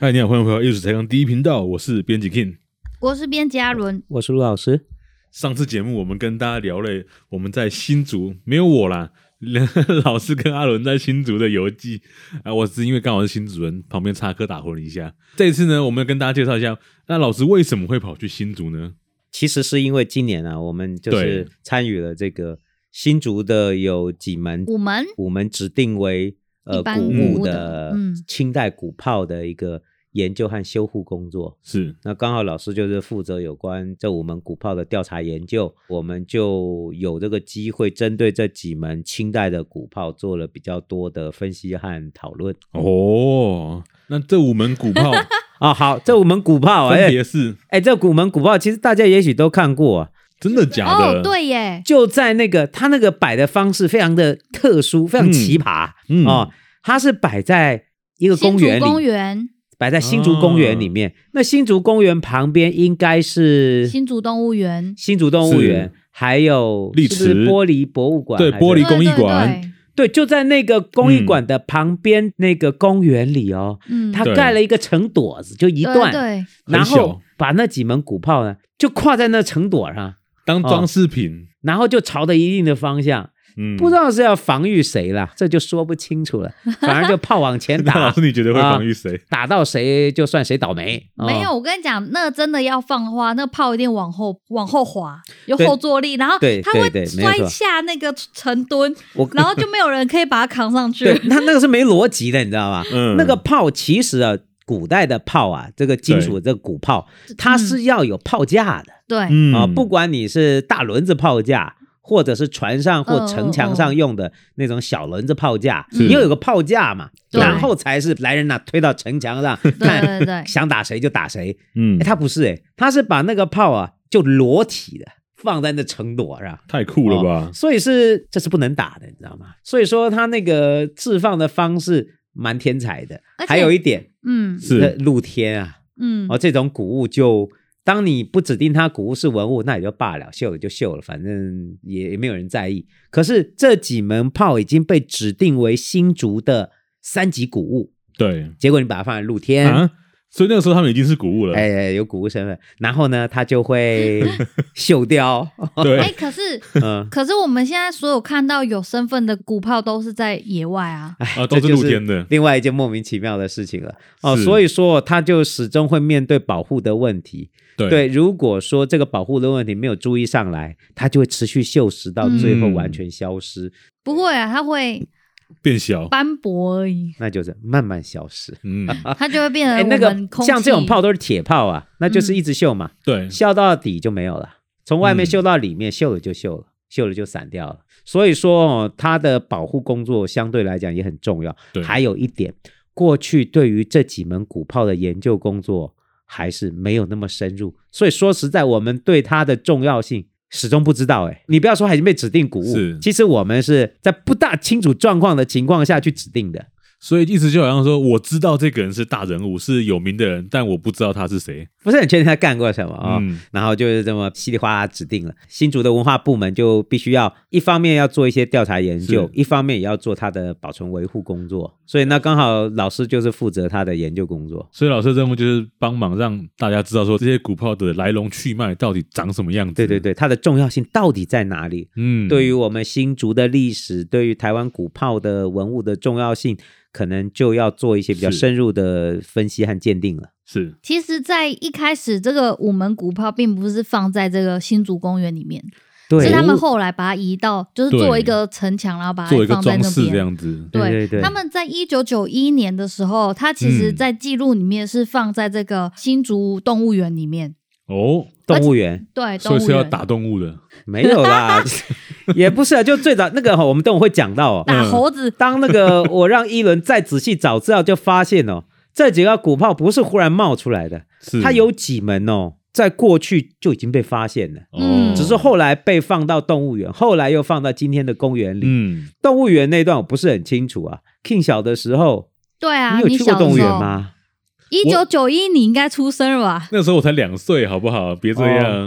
嗨，你好，欢迎回到艺术才刚第一频道，我是编辑 King， 我是编辑阿伦， 我是陆老师。 上次节目我们跟大家聊了我们在新竹，没有我啦，老师跟阿伦在新竹的游记我是因为刚好是新竹人，旁边插科打诨了一下。这一次呢，我们跟大家介绍一下，那老师为什么会跑去新竹呢？ 其实是因为今年我们就是参与了这个新竹的有几门五门指定为古物的清代古炮的一个研究和修护工作。 是， 那刚好老师就是负责有关这5门古炮的调查研究，我们就有这个机会针对这几门清代的古炮做了比较多的分析和讨论。 哦，那这5门古炮好，这5门古炮分别是这5门古炮其实大家也许都看过真的假的？ 对耶， 就在他那个摆的方式非常的特殊，非常奇葩它是摆在一个公园里，摆在新竹公园里面。那新竹公园旁边应该是新竹动物园， 还有丽池是不是玻璃博物馆？ 对，玻璃工艺馆。 对，就在那个工艺馆的旁边那个公园里它盖了一个城垛子，就一段， 对， 然后把那几门古炮呢就跨在那城垛上当装饰品， 然后就朝着一定的方向。不知道是要防御谁啦，这就说不清楚了。反而就炮往前打。 老师你觉得会防御谁？ 打到谁就算谁倒霉。 没有，我跟你讲，那真的要放的话，那炮一定往后滑，有后坐力，然后它会摔下那个沉墩，然后就没有人可以把它扛上去。 对，那个是没逻辑的，你知道吗？那个炮其实古代的炮这个金属的这个古炮，它是要有炮架的。 对， 不管你是大轮子炮架，或者是船上或城墙上用的那种小轮子炮架，你要有个炮架嘛，然后才是来人推到城墙上，看想打谁就打谁。他不是他是把那个炮就裸体的放在那城垛上， 太酷了吧？ 所以这是不能打的，你知道吗？所以说他那个置放的方式蛮天才的。还有一点，是露天这种古物就。当你不指定它古物是文物，那也就罢了，秀了就秀了，反正也没有人在意。可是这几门炮已经被指定为新竹的3级古物，对，结果你把它放在露天所以那个时候他们已经是古物了， 有古物身份，然后呢，它就会锈掉。 对， 可是我们现在所有看到有身份的古炮都是在野外都是露天的， 另外一件莫名其妙的事情了所以说它就始终会面对保护的问题。对，如果说这个保护的问题没有注意上来，它就会持续锈蚀到最后完全消失。 不会它会变小斑驳而已， 那就是慢慢消失。 它就会变成那个像这种炮都是铁炮那就是一直锈嘛， 对， 锈到底就没有了，从外面锈到里面，锈了就锈了，锈了就散掉了。所以说它的保护工作相对来讲也很重要。还有一点，过去对于这几门古炮的研究工作还是没有那么深入，所以说实在我们对它的重要性始终不知道。你不要说还已经被指定古物，其实我们是在不大清楚状况的情况下去指定的。 所以意思就好像说，我知道这个人是大人物，是有名的人，但我不知道他是谁， 不是很确定他干过什么然后就是这么稀里哗啦指定了。新竹的文化部门就必须要一方面要做一些调查研究，一方面也要做他的保存维护工作。所以那刚好老师就是负责他的研究工作。 所以老师的任务就是帮忙让大家知道说这些古炮的来龙去脉到底长什么样子。 对，它的重要性到底在哪里？对于我们新竹的历史，对于台湾古炮的文物的重要性，可能就要做一些比较深入的分析和鉴定了。 是， 其实在一开始这个5门古炮并不是放在这个新竹公园里面，是他们后来把它移到，就是做一个城墙，然后把它放在那边做一个装饰这样子。 对， 他们在1991年的时候，它其实在记录里面是放在这个新竹动物园里面。 动物园， 对， 所以是要打动物的。 没有啦也不是就最早那个我们等会会讲到打猴子。 当那个我让一轮再仔细找资料，就发现这几个古炮不是忽然冒出来的，它有几门在过去就已经被发现了，只是后来被放到动物园，后来又放到今天的公园里。动物园那段我不是很清楚King 小的时候， 对啊， 你有去过动物园吗 ？1991你应该出生了吧？ 那时候我才2岁，好不好？别这样。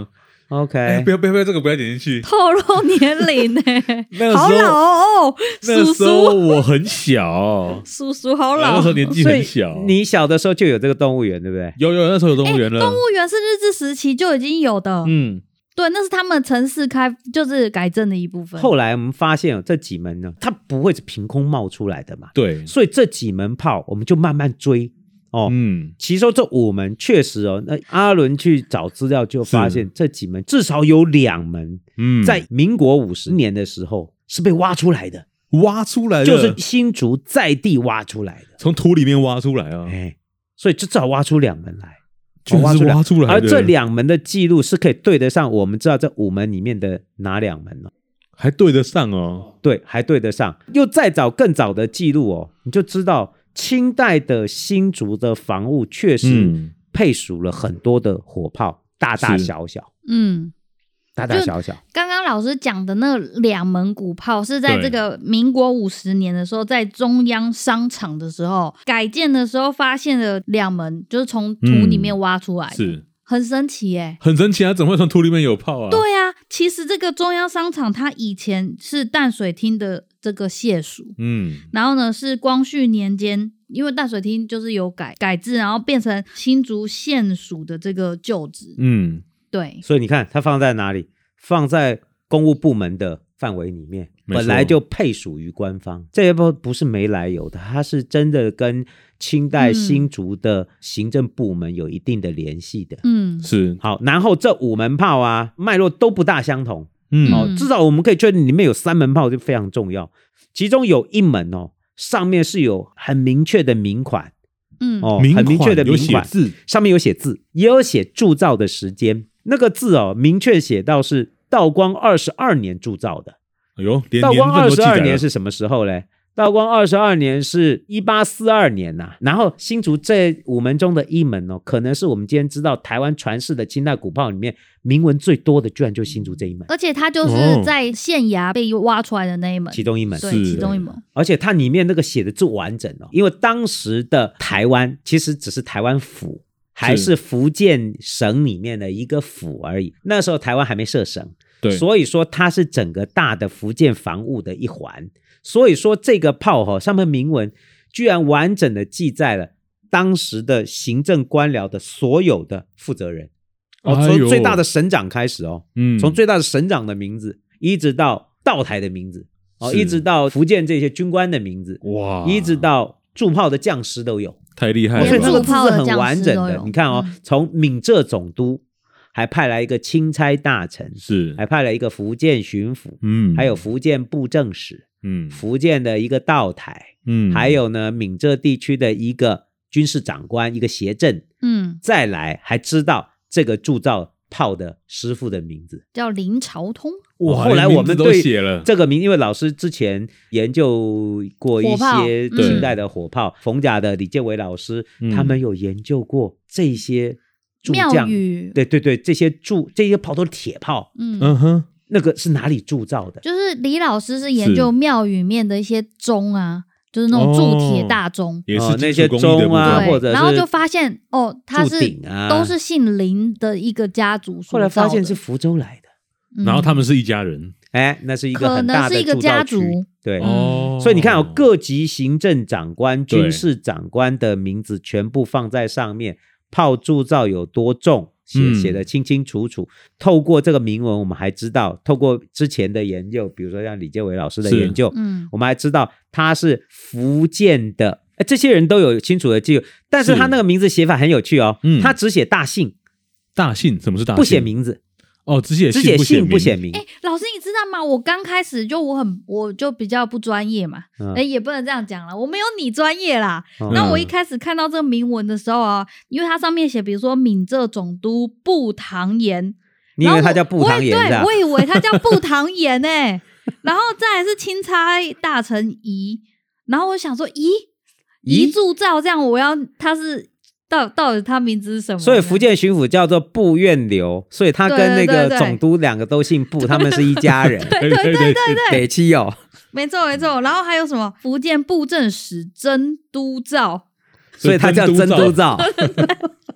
OK， 不要这个不要点进去， 透露年龄呢、 好老哦， 那时候我很小， 叔叔好老， 那时候年纪很小。 你小的时候就有这个动物园，对不对？ 有，那时候有动物园了。 动物园是日治时期就已经有的，对，那是他们城市就是改正的一部分。 后来我们发现这几门呢，它不会是凭空冒出来的嘛， 对， 所以这几门炮我们就慢慢追。其中这5门确实那阿伦去找资料就发现这几门至少有2门，在民国50年的时候是被挖出来的，就是新竹在地挖出来的， 从土里面挖出来啊， 所以就至少挖出2门来， 挖出来的。 而这2门的记录是可以对得上我们知道这5门里面的哪2门呢？ 还对得上哦， 对，还对得上。又再找更早的记录你就知道。清代的新竹的房屋确实配属了很多的火炮，大大小小，大大小小。 刚刚老师讲的那2门鼓炮是在这个民国50年的时候，在中央商场的时候改建的时候发现了2门，就是从土里面挖出来的， 是很神奇耶， 很神奇啊！怎么会从土里面有炮啊？ 对啊，其实这个中央商场它以前是淡水厅的这个械署，然后呢是光绪年间，因为淡水厅就是有改制，然后变成新竹县署的这个旧址，对， 所以你看它放在哪里？放在公务部门的范围里面，本来就配属于官方，这也不是没来由的，它是真的跟清代新竹的行政部门有一定的联系的。 是。 好，然后这5门炮啊，脉络都不大相同。至少我们可以确定里面有3门炮就非常重要，其中有1门上面是有很明确的铭款，很明确的铭款，上面有写字，也有写铸造的时间，那个字明确写到是道光22年铸造的。 哎呦， 道光22年是什么时候嘞？道光22年是1842年然后新竹这5门中的1门可能是我们今天知道台湾传世的清代鼓炮里面铭文最多的，居然就新竹这1门， 而且它就是在县衙被挖出来的那1门， 其中1门， 对，其中1门， 而且它里面那个写的字完整因为当时的台湾其实只是台湾府，还是福建省里面的一个府而已，那时候台湾还没设省，对，所以说它是整个大的福建防务的一环。所以说这个炮上面铭文居然完整的记载了当时的行政官僚的所有的负责人，从最大的省长开始从最大的省长的名字一直到道台的名字一直到福建这些军官的名字，哇，一直到驻炮的将士都有， 太厉害了。 所以这个字是很完整的，你看从闽浙总督还派来一个钦差大臣，是还派了一个福建巡抚，还有福建布政使，福建的一个道台，还有呢闽浙地区的一个军事长官，一个协政，再来还知道这个铸造炮的师傅的名字叫林朝通。 后来我们对这个名，因为老师之前研究过一些清代的火炮，逢甲的李建伟老师，他们有研究过这些庙宇， 对，这些炮都是铁炮，那个是哪里铸造的？ 就是李老师是研究庙宇面的一些钟啊，就是那种铸铁大钟， 也是那些钟啊，或者是， 然后就发现它是都是姓林的一个家族， 后来发现是福州来的， 然后他们是一家人， 那是一个很大的可能是一个家族， 对，所以你看各级行政长官、军事长官的名字全部放在上面，炮铸造有多重。写得清清楚楚，透过这个铭文我们还知道，透过之前的研究，比如说像李建伟老师的研究，我们还知道他是福建的，这些人都有清楚的记录，但是他那个名字写法很有趣他只写大姓， 大姓什么是大姓？ 不写名字只写姓不写名。 老师你知道吗？我刚开始我就比较不专业嘛，也不能这样讲啦，我没有你专业啦。那我一开始看到这个铭文的时候因为它上面写，比如说闽浙总督步堂言， 你以为它叫步堂言？ 对，我以为它叫步堂言然后再来是钦差大臣仪，然后我想说仪铸造这样，他是。到底他名字是什么？ 所以福建巡抚叫做步愿流，所以他跟那个总督两个都姓步，他们是一家人。 对， 北七没错。然后还有什么福建布政使曾都照， 所以他叫曾都照。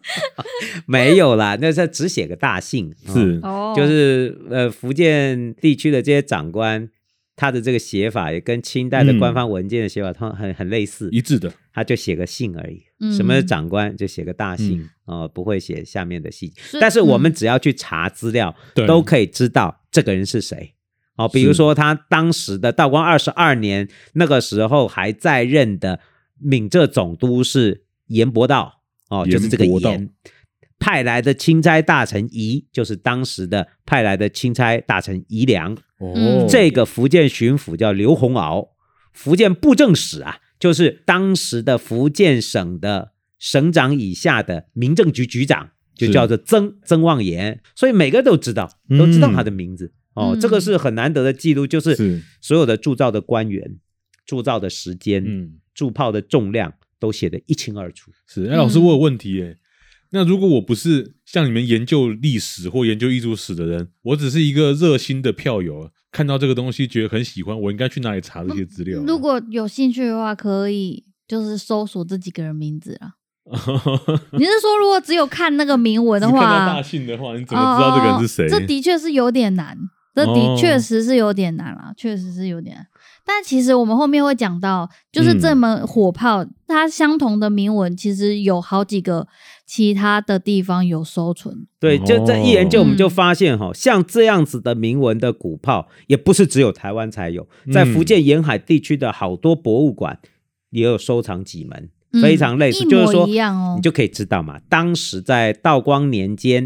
没有啦，那是只写个大姓， 是， 就是福建地区的这些长官，他的这个写法也跟清代的官方文件的写法很类似， 一致的， 他就写个姓而已。什么是长官就写个大姓，不会写下面的细节。但是我们只要去查资料，都可以知道这个人是谁。比如说他当时的道光22年那个时候还在任的闽浙总督是严伯道，就是这个严，派来的钦差大臣仪就是当时的派来的钦差大臣仪良，这个福建巡抚叫刘洪鳌，福建布政使啊，就是当时的福建省的省长以下的民政局局长，就叫做曾望言，所以每个都知道他的名字。这个是很难得的记录，就是所有的铸造的官员、铸造的时间、铸炮的重量都写得一清二楚。 是，老师，我有问题耶。那如果我不是像你们研究历史或研究艺术史的人，我只是一个热心的票友，看到这个东西觉得很喜欢，我应该去哪里查这些资料？ 如果有兴趣的话，可以就是搜索这几个人名字啊。你是说如果只有看那个铭文的话， 只看到大姓的话，你怎么知道这个人是谁？ 这的确是有点难。确实是有点难啦，确实是有点难。但其实我们后面会讲到，就是这门火炮，它相同的铭文其实有好几个其他的地方有收存。 对，就这一研究我们就发现像这样子的铭文的鼓炮，也不是只有台湾才有，在福建沿海地区的好多博物馆也有收藏几门。非常类似，就是说你就可以知道嘛，当时在道光年间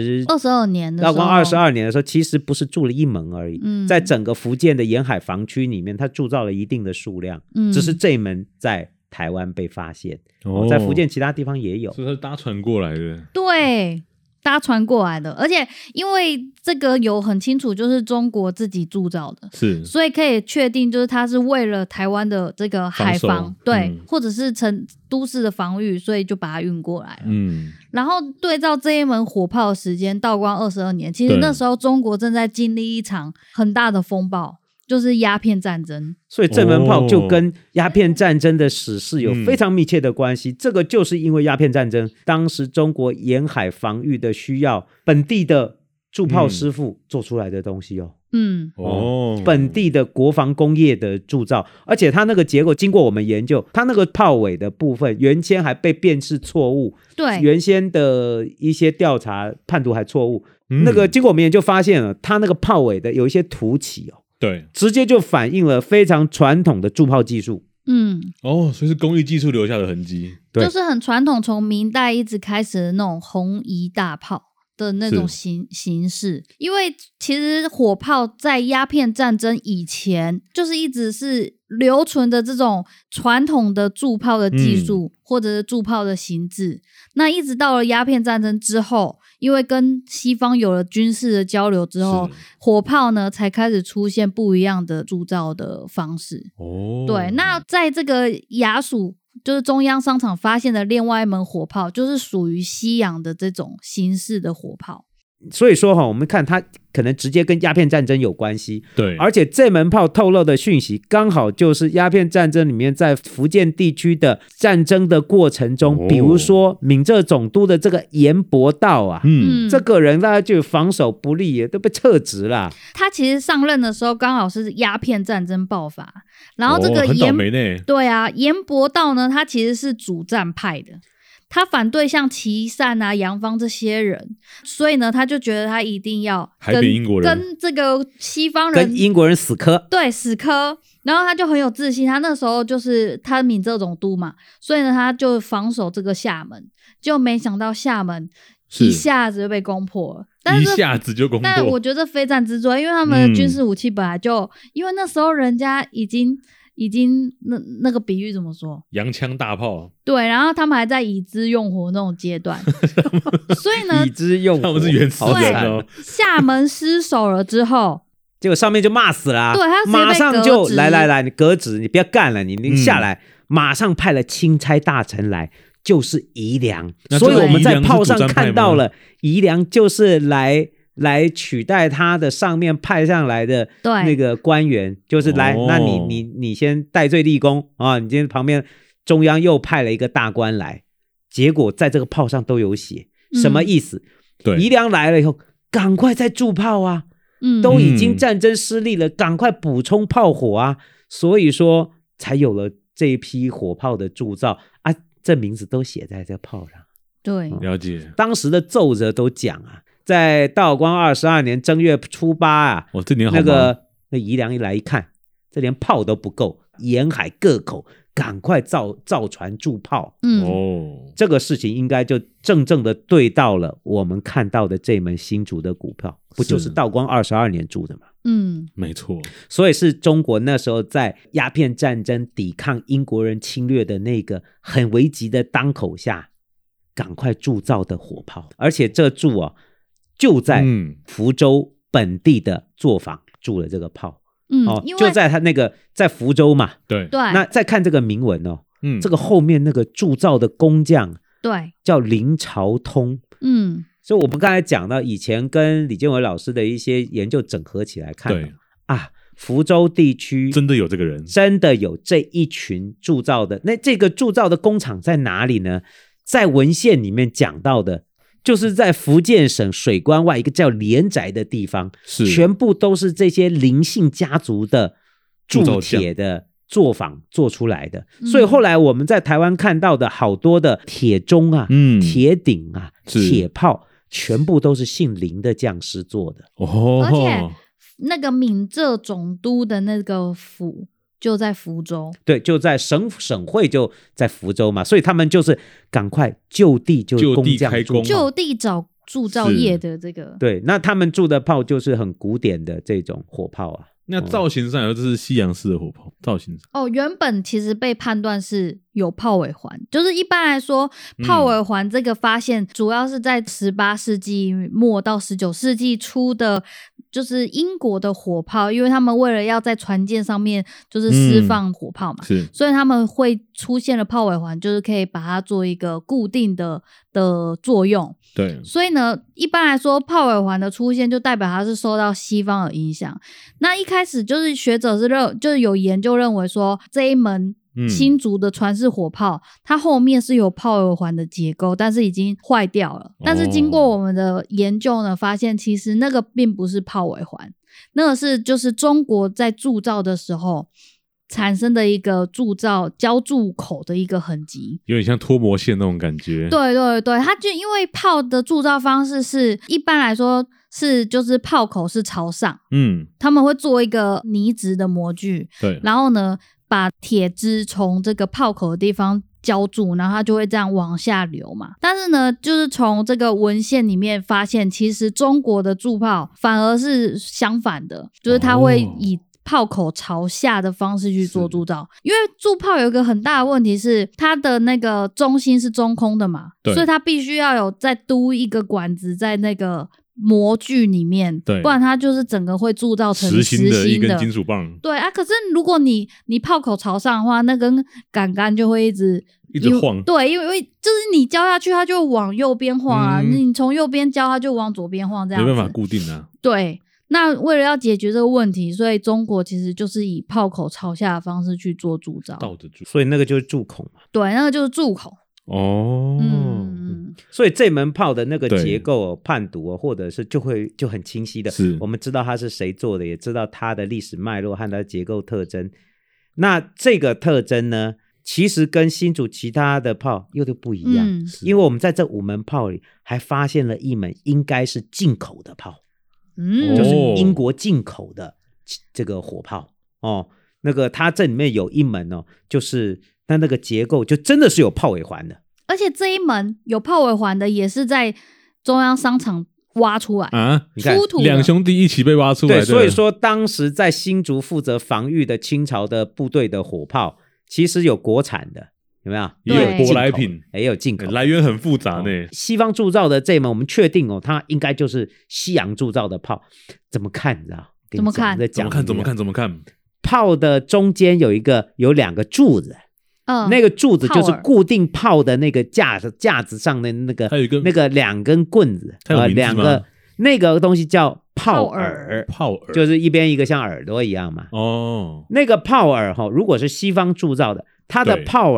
22年的时候，道光22年的时候，其实不是铸了一门而已，在整个福建的沿海防区里面，它铸造了一定的数量，只是这一门在台湾被发现，在福建其他地方也有， 所以它是搭船过来的。 对，搭船过来的，而且因为这个有很清楚就是中国自己铸造的， 是， 所以可以确定就是它是为了台湾的这个海防，对，或者是都市的防御，所以就把它运过来了。然后对照这一门火炮的时间，道光22年，其实那时候中国正在经历一场很大的风暴，就是鸦片战争。 所以这门炮就跟鸦片战争的史事有非常密切的关系。这个就是因为鸦片战争，当时中国沿海防御的需要，本地的铸炮师傅做出来的东西本地的国防工业的铸造，而且它那个结构经过我们研究，它那个炮尾的部分原先还被辨识错误， 对， 原先的一些调查判读还错误，那个经过我们研究发现了，它那个炮尾的有一些凸起对， 直接就反映了非常传统的铸炮技术。 所以是工艺技术留下的痕迹， 就是很传统，从明代一直开始的那种红夷大炮的那种形式。因为其实火炮在鸦片战争以前就是一直是留存的这种传统的铸炮的技术，或者是铸炮的形制。那一直到了鸦片战争之后，因为跟西方有了军事的交流之后，火炮呢才开始出现不一样的铸造的方式。对，那在这个雅蜀就是中央商场发现的另外一门火炮，就是属于西洋的这种形式的火炮。 所以说我们看它可能直接跟鸦片战争有关系， 对， 而且这门炮透露的讯息刚好就是鸦片战争里面在福建地区的战争的过程中，比如说闽浙总督的这个严伯道啊，这个人大家就防守不利，也都被撤职了。 他其实上任的时候刚好是鸦片战争爆发，然后这个很倒霉呢。 对啊，严伯道呢，他其实是主战派的。他反对像琦善啊、杨芳这些人，所以呢，他就觉得他一定要跟这个西方人、 跟英国人死磕， 对，死磕。然后他就很有自信，他那时候就是他闽浙总督嘛，所以呢，他就防守这个厦门，就没想到厦门一下子就被攻破了。 一下子就攻破， 但我觉得非战之罪，因为他们的军事武器本来就，因为那时候人家已经那个比喻怎么说？ 洋枪大炮。 对，然后他们还在以之用火那种阶段，所以呢， 以之用火， 他们是原始人哦。 厦门失守了之后， 结果上面就骂死了， 对，他马上就来，你革职，你不要干了，你下来，马上派了钦差大臣来，就是宜良，所以我们在炮上看到了宜良就是来取代他的上面派上来的那个官员，就是来，那你先戴罪立功啊！你今天旁边中央又派了一个大官来， 结果在这个炮上都有写，什么意思？ 对， 宜良来了以后，赶快再铸炮啊！都已经战争失利了，赶快补充炮火啊！所以说才有了这一批火炮的铸造啊，这名字都写在这炮上。 对， 了解。 当时的奏折都讲啊，在道光22年正月初8啊， 这年好忙。 那宜良一来一看，这连炮都不够，沿海各口赶快造船铸炮。这个事情应该就正正的对到了我们看到的这门新竹的股票，不就是道光22年铸的吗？ 没错。 所以是中国那时候在鸦片战争抵抗英国人侵略的那个很危急的当口下，赶快铸造的火炮，而且这铸就在福州本地的作坊铸了这个炮。就在他那个在福州嘛。 对。 那再看这个铭文这个后面那个铸造的工匠， 对， 叫林朝通。所以我们刚才讲到以前跟李建伟老师的一些研究整合起来看，对啊，福州地区真的有这个人， 真的有这一群铸造的。那这个铸造的工厂在哪里呢？在文献里面讲到的就是在福建省水关外一个叫连宅的地方，全部都是这些林姓家族的铸铁的作坊做出来的。所以后来我们在台湾看到的好多的铁钟啊、铁鼎啊、铁炮，全部都是姓林的匠师做的。 而且那个闽浙总督的那个府就在福州， 对，就在省会就在福州嘛，所以他们就是赶快就地开工， 就地找铸造业的这个。 对，那他们铸的炮就是很古典的这种火炮啊。 那造型上这是西洋式的火炮，造型上原本其实被判断是有炮尾环，就是一般来说炮尾环这个发现主要是在18世纪末到19世纪初的，就是英国的火炮，因为他们为了要在船舰上面就是释放火炮嘛，所以他们会出现了炮尾环，就是可以把它做一个固定的作用。 对， 所以呢，一般来说炮尾环的出现就代表它是受到西方的影响。那一开始就是学者就是有研究认为说，这一门新竹的船式火炮，它后面是有炮尾环的结构，但是已经坏掉了。但是经过我们的研究呢，发现其实那个并不是炮尾环，那个是就是中国在铸造的时候产生的一个铸造浇铸口的一个痕迹， 有点像脱模线那种感觉。 对对对，它就因为炮的铸造方式是一般来说是就是炮口是朝上，他们会做一个泥质的模具， 对， 然后呢把铁汁从这个炮口的地方浇铸，然后它就会这样往下流嘛。但是呢，就是从这个文献里面发现，其实中国的铸炮反而是相反的，就是它会以炮口朝下的方式去做铸造。因为铸炮有一个很大的问题是它的那个中心是中空的嘛，所以它必须要有再嘟一个管子在那个模具里面，不然它就是整个会铸造成实心的一根金属棒。 对啊，可是如果你炮口朝上的话，那根杆杆就会一直晃。 对，因为就是你浇下去它就往右边晃啊，你从右边浇它就往左边晃，这样子没办法固定啊。 对，那为了要解决这个问题，所以中国其实就是以炮口朝下的方式去做铸造， 倒着铸， 所以那个就是铸孔嘛。 对，那个就是铸孔。 所以这门炮的那个结构判读或者是就很清晰的，我们知道它是谁做的，也知道它的历史脉络和它的结构特征。那这个特征呢，其实跟新竹其他的炮又都不一样，因为我们在这5门炮里还发现了一门应该是进口的炮，就是英国进口的这个火炮那个它这里面有一门就是那个结构就真的是有炮尾环的， 而且这一门有炮尾环的也是在中央商场挖出来啊！ 你看出土两兄弟一起被挖出来的。 对，所以说当时在新竹负责防御的清朝的部队的火炮，其实有国产的，有没有？ 也有舶来品， 也有进口， 来源很复杂呢。 西方铸造的这一门，我们确定它应该就是西洋铸造的炮。怎么看？你知道？ 怎么看？ 怎么看？ 炮的中间有2个柱子。那个柱子就是固定炮的那个架子上的那个2根棍子，2个那个东西叫炮耳，就是一边一个像耳朵一样嘛。那个炮耳如果是西方铸造的，它的炮耳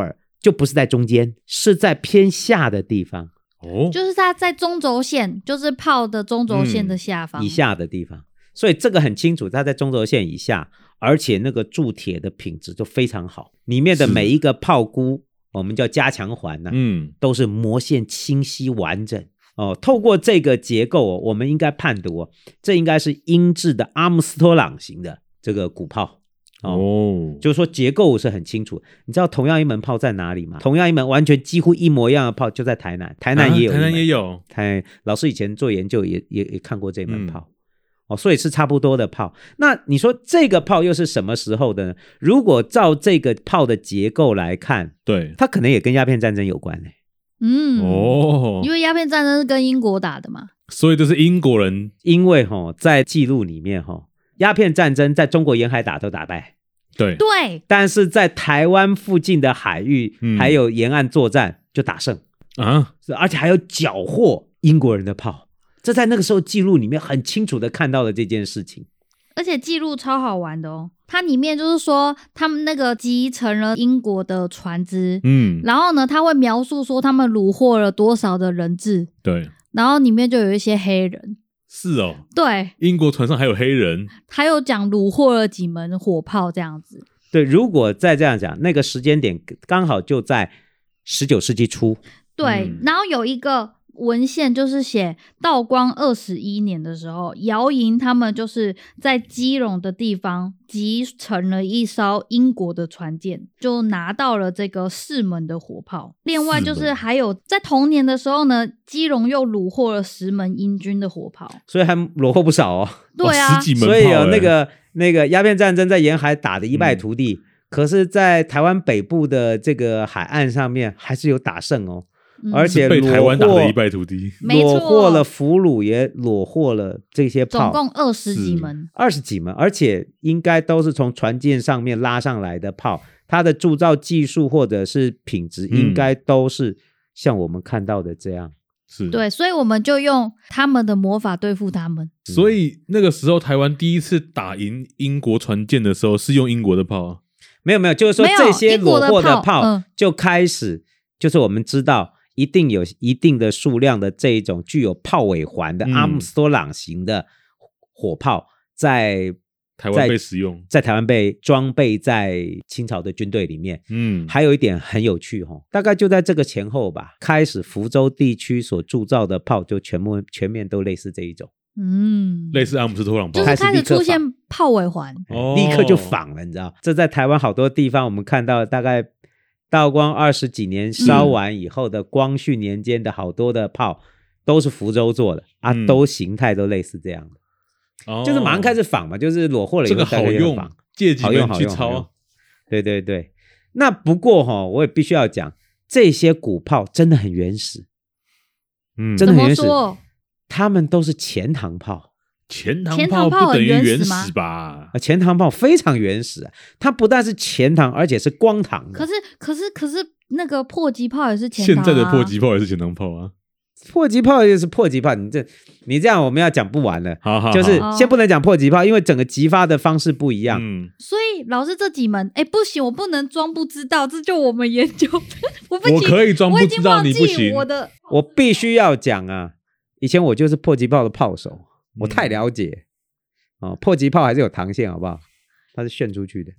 就不是在中间，是在偏下的地方。 就是它在中轴线，就是炮的中轴线的下方， 以下的地方。所以这个很清楚，它在中轴线以下，而且那个铸铁的品质就非常好，里面的每一个炮箍我们叫加强环都是模线清晰完整透过这个结构我们应该判读这应该是英制的阿姆斯特朗型的这个鼓炮就是说结构是很清楚。你知道同样一门炮在哪里吗？同样一门完全几乎一模一样的炮就在台南，台南也有， 台南也有。 老师以前做研究也看过这门炮所以是差不多的炮。那你说这个炮又是什么时候的呢？如果照这个炮的结构来看， 对， 它可能也跟鸦片战争有关因为鸦片战争是跟英国打的嘛， 所以这是英国人。 因为在记录里面鸦片战争在中国沿海打都打败， 对， 但是在台湾附近的海域还有沿岸作战就打胜而且还有缴获英国人的炮。这在那个时候记录里面很清楚的看到了这件事情， 而且记录超好玩的它里面就是说他们那个击沉了英国的船只然后呢他会描述说他们虏获了多少的人质， 对， 然后里面就有一些黑人。 是对， 英国船上还有黑人， 还有讲虏获了几门火炮这样子。 对，如果再这样讲，那个时间点刚好就在19世纪初。 对，然后有一个文献就是写道光21年的时候，姚营他们就是在基隆的地方击沉了一艘英国的船舰，就拿到了这个4门的火炮。另外就是还有在同年的时候呢，基隆又虏获了10门英军的火炮， 所以还虏获不少对啊， 10几门炮所以有那个鸦片战争在沿海打得一败涂地可是在台湾北部的这个海岸上面还是有打胜而且被台湾打得一败涂地， 裸获了俘虏，也裸获了这些炮， 总共20几门 ，20几门，而且应该都是从船舰上面拉上来的炮，它的铸造技术或者是品质应该都是像我们看到的这样。 是， 对，所以我们就用他们的魔法对付他们。 所以那个时候台湾第一次打赢英国船舰的时候是用英国的炮没有，就是说这些裸获的炮就开始就是我们知道一定有一定的数量的这一种具有炮尾环的阿姆斯特朗型的火炮在台湾被使用， 在台湾被装备在清朝的军队里面。还有一点很有趣大概就在这个前后吧，开始福州地区所铸造的炮就全面都类似这一种。 类似阿姆斯特朗炮， 就是开始出现炮尾环立刻就仿了，你知道这在台湾好多地方我们看到大概道光20几年烧完以后的光绪年间的好多的炮都是福州做的都形态都类似这样的就是马上开始仿嘛，就是裸获了以后这个好用，借机们去抄。 对。那不过我也必须要讲，这些鼓炮真的很原始，真的很原始。他们都是钱塘炮。 钱塘炮不等于原始吧？ 钱塘炮非常原始它不但是钱塘，而且是光塘的。 可是那个迫击炮也是钱塘现在的迫击炮也是钱塘炮啊。 迫击炮也是迫击炮，你这样我们要讲不完了。 好， 就是先不能讲迫击炮，因为整个击发的方式不一样。 所以老师这几门，不行，我不能装不知道，这就我们研究。我可以装不知道，你不行。 我必须要讲以前我就是迫击炮的炮手。我太了解迫击炮还是有膛线好不好？它是旋出去的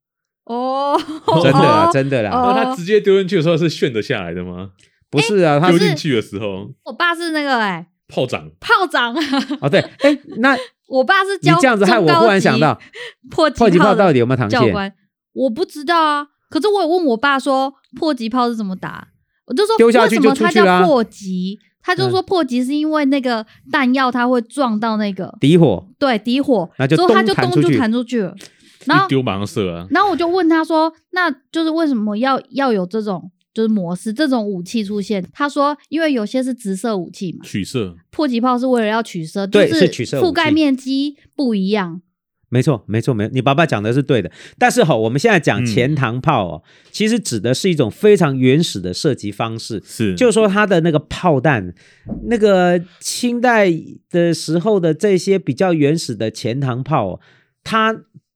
真的啦那它直接丢进去的时候是旋得下来的吗？ 不是啊，它丢进去的时候我爸是那个炮长对那我爸是教你这样子害我忽然想到迫击炮到底有没有膛线？ 我不知道啊，可是我有问我爸说迫击炮是怎么打，我就说丢下去就出去为什么它叫迫击？他就说迫击是因为那个弹药它会撞到那个敌火， 对，敌火， 那就它就咚就弹出去了，然后一丢马上射啊。 然后我就问他说，那就是为什么要有这种就是模式这种武器出现？他说因为有些是直射武器嘛， 取射， 迫击炮是为了要取射， 就是覆盖面积不一样。 没错，你爸爸讲的是对的。但是我们现在讲钱塘炮其实指的是一种非常原始的射击方式，就是说它的那个炮弹，那个清代的时候的这些比较原始的钱塘炮它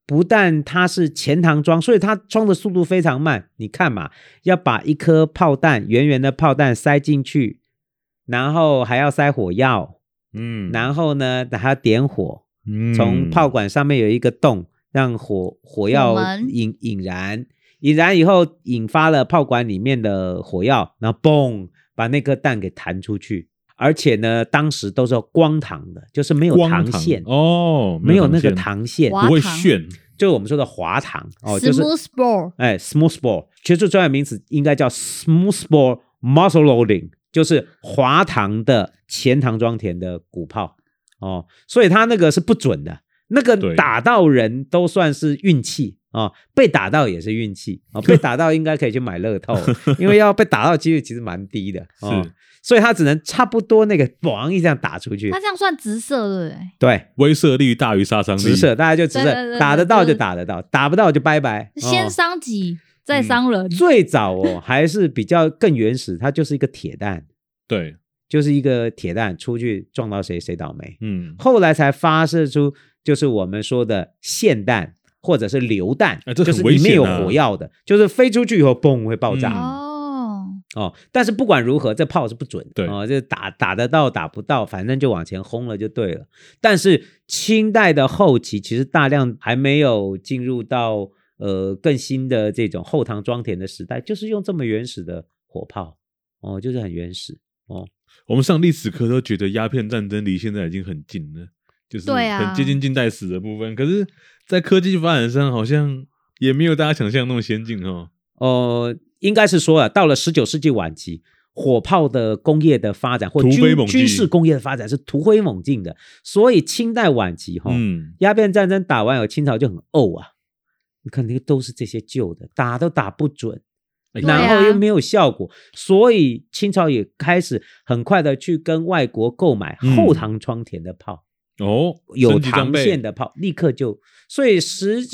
不但它是前膛装，所以它装的速度非常慢。你看嘛，要把一颗炮弹，圆圆的炮弹塞进去，然后还要塞火药，然后呢还要点火，从炮管上面有一个洞，让火药引燃，引燃以后引发了炮管里面的火药，然后嘣，把那颗弹给弹出去。而且呢，当时都是光膛的，就是没有膛线哦， 没有那个膛线， 不会旋， 就是我们说的滑膛哦，就是 smooth bore， smooth bore， 其实专业名词应该叫 smooth bore muzzle loading， 就是滑膛的前膛装填的鼓炮哦，所以它那个是不准的，那个打到人都算是运气。被打到也是运气被打到应该可以去买乐透因为要被打到几率其实蛮低的是，所以他只能差不多那个嘣一这样打出去。 他这样算直射对， 威慑力大于杀伤力， 直射大家就直射，打得到就打得到，打不到就拜拜， 先伤己再伤人。 最早还是比较更原始，它就是一个铁弹， 对， 就是一个铁弹出去撞到谁谁倒霉。后来才发射出就是我们说的霰弹或者是榴弹，就是里面有火药的，就是飞出去以后嘣会爆炸。但是不管如何，这炮是不准的，就打得到打不到，反正就往前轰了就对了。但是清代的后期，其实大量还没有进入到更新的这种后膛装填的时代，就是用这么原始的火炮就是很原始我们上历史课都觉得鸦片战争离现在已经很近了，就是很接近近代史的部分，可是在科技发展上好像也没有大家想象那么先进应该是说到了19世纪晚期，火炮的工业的发展或军事工业的发展是突飞猛进的，所以清代晚期鸦片战争打完有清朝就很你看那个都是这些旧的，打都打不准，然后又没有效果，所以清朝也开始很快的去跟外国购买后膛装填的炮有膛线的炮，立刻就，所以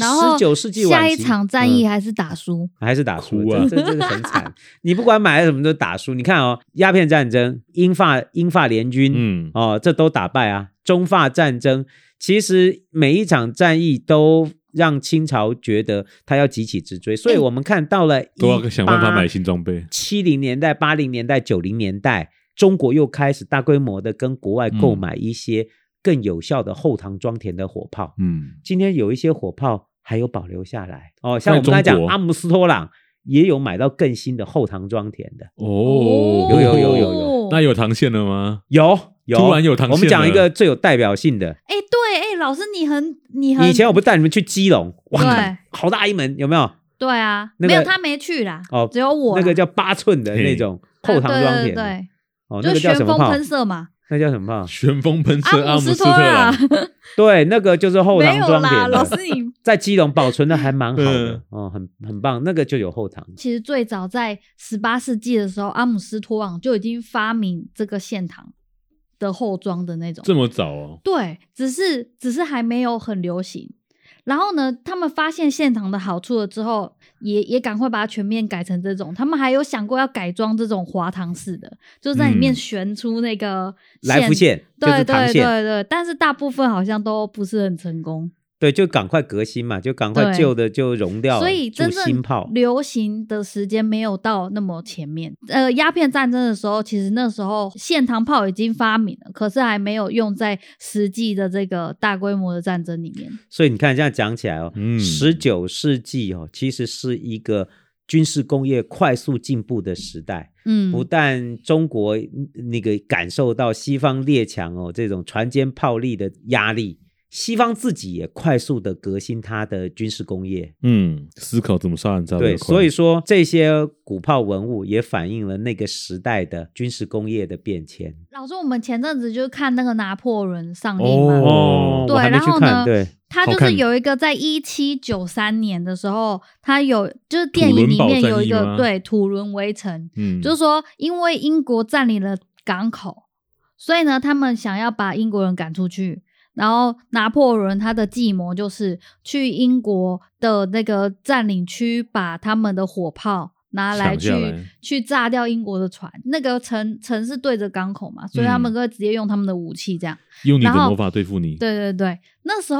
19世纪晚期下一场战役还是打输， 这个很惨你不管买了什么都打输。你看鸦片战争英法联军这都打败啊。中法战争其实每一场战役都让清朝觉得他要急起直追，所以我们看到了都要想办法买新装备。 70年代、80年代、90年代，中国又开始大规模的跟国外购买一些更有效的后膛装填的火炮。今天有一些火炮还有保留下来像我们刚才讲阿姆斯特朗也有买到更新的后膛装填的有。 那有膛线了吗？ 有突然有膛线了。 我们讲一个最有代表性的对老师你很以前我不带你们去基隆，哇，好大一门，有没有？ 对啊，没有他没去啦只有我那个叫8寸的那种后膛装填对那个叫什么炮？ 旋风喷射嘛， 那叫什么炮？ 旋风喷射阿姆斯特朗对，那个就是后膛装填的。 老师你在基隆保存的还蛮好的很棒，那个就有后膛。 其实最早在18世纪的时候，阿姆斯特朗就已经发明这个线膛的后装的那种。 这么早对，只是还没有很流行。然后呢，他们发现线膛的好处了之后，也赶快把它全面改成这种。他们还有想过要改装这种滑膛式的，就是在里面旋出那个来福线，就是膛线。 对，但是大部分好像都不是很成功。 对，就赶快革新嘛，就赶快旧的就融掉了， 所以真正流行的时间没有到那么前面。鸦片战争的时候，其实那时候线膛炮已经发明了，可是还没有用在实际的这个大规模的战争里面。 所以你看这样讲起来19世纪其实是一个军事工业快速进步的时代。不但中国那个感受到西方列强这种船坚炮利的压力，西方自己也快速的革新它的军事工业， 思考怎么杀人杀得对，所以说这些鼓炮文物也反映了那个时代的军事工业的变迁。 老师，我们前阵子就看那个拿破仑上映嘛，对，然后呢，他就是有一个在1793年的时候，他有就是电影里面有一个对土伦围城，就是说因为英国占领了港口，所以呢，他们想要把英国人赶出去。然后拿破仑他的计谋就是去英国的那个占领区，把他们的火炮拿来去炸掉英国的船。那个城是对着港口嘛，所以他们会直接用他们的武器这样， 用你的魔法对付你。 对，那时候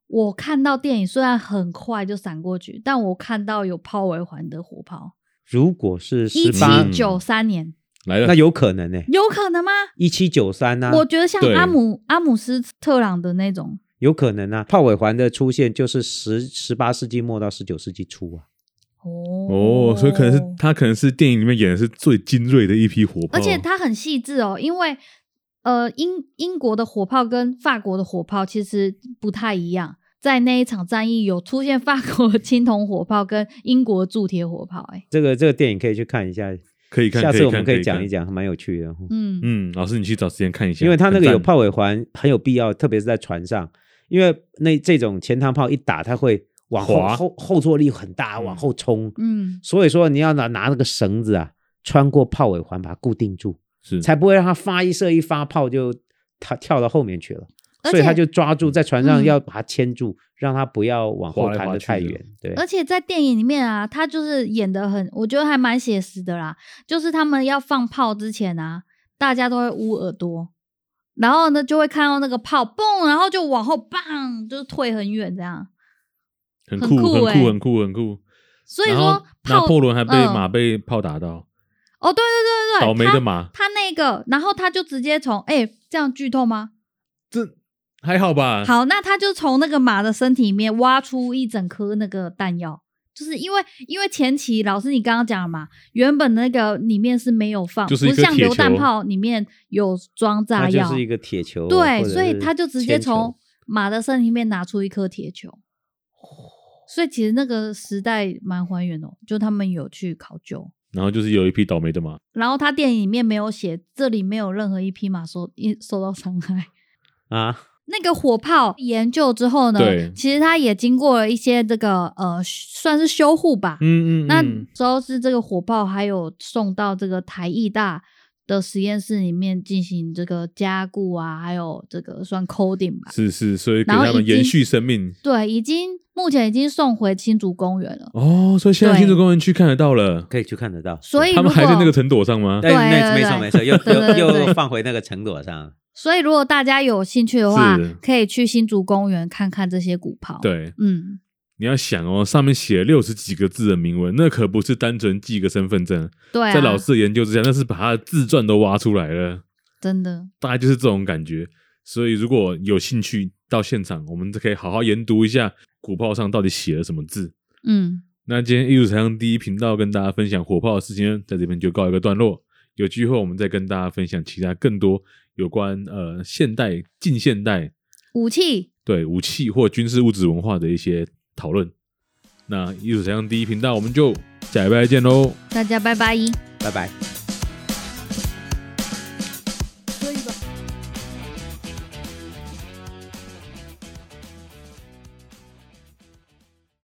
我看到电影虽然很快就闪过去，但我看到有炮尾环的火炮。 如果是 1793年来了， 那有可能有可能吗 ？1793啊， 我觉得像阿姆斯特朗的那种， 有可能啊。炮尾环的出现就是18世纪末到19世纪初啊。 所以他可能是电影里面演的是最精锐的一批火炮， 而且它很细致哦，因为英国的火炮跟法国的火炮其实不太一样，在那一场战役有出现法国的青铜火炮跟英国铸铁火炮。这个电影可以去看一下， 可以看， 下次我们可以讲一讲，蛮有趣的。 老师你去找时间看一下， 因为他那个有炮尾环很有必要，特别是在船上，因为这种前膛炮一打，它会往后坐力很大，往后冲。所以说你要拿那个绳子啊，穿过炮尾环把它固定住，才不会让它发一发炮就跳到后面去了。所以他就抓住在船上要把它牵住，让它不要往后弹得太远。对， 而且在电影里面啊，他就是演得我觉得还蛮写实的啦。就是他们要放炮之前啊，大家都会捂耳朵，然后呢就会看到那个炮嘣，然后就往后棒，就是退很远这样。 很酷。 所以说拿破仑还被炮打到。 对， 倒霉的马。 他那个，然后他就直接从这样剧透吗？ 这还好吧。 好，那他就从那个马的身体里面挖出一整颗那个弹药，就是因为前期老师你刚刚讲了嘛，原本那个里面是没有放， 就是一个不像榴弹炮里面有装炸药， 它就是一个铁球。 对，所以他就直接从马的身体里面拿出一颗铁球。所以其实那个时代蛮还原的，就他们有去考究。 然后就是有一匹倒霉的马， 然后他电影里面没有写，这里没有任何一匹马受到伤害啊。 那个火炮研究之后呢，其实它也经过了一些这个算是修护吧。那时候是这个火炮还有送到这个台艺大的实验室里面进行这个加固啊，还有这个算 coding 吧。 是，所以给他们延续生命。 对，目前已经送回新竹公园了。 所以现在新竹公园去看得到了， 可以去看得到。 所以他们还在那个城垛上吗？ 对，没错，又放回那个城垛上。 所以如果大家有兴趣的话，可以去新竹公园看看这些古炮。 对，你要想上面写了60几个字的铭文，那可不是单纯记个身份证。 对， 在老师的研究之下，那是把他的自传都挖出来了， 真的， 大概就是这种感觉。所以如果有兴趣到现场，我们可以好好研读一下古炮上到底写了什么字。那今天艺术采样第一频道跟大家分享火炮的事情呢，在这边就告一个段落。有机会我们再跟大家分享其他更多有关现代、近现代武器或军事物质文化的一些讨论。那艺术采样第一频道我们就下礼拜见喽， 大家拜拜。 拜拜。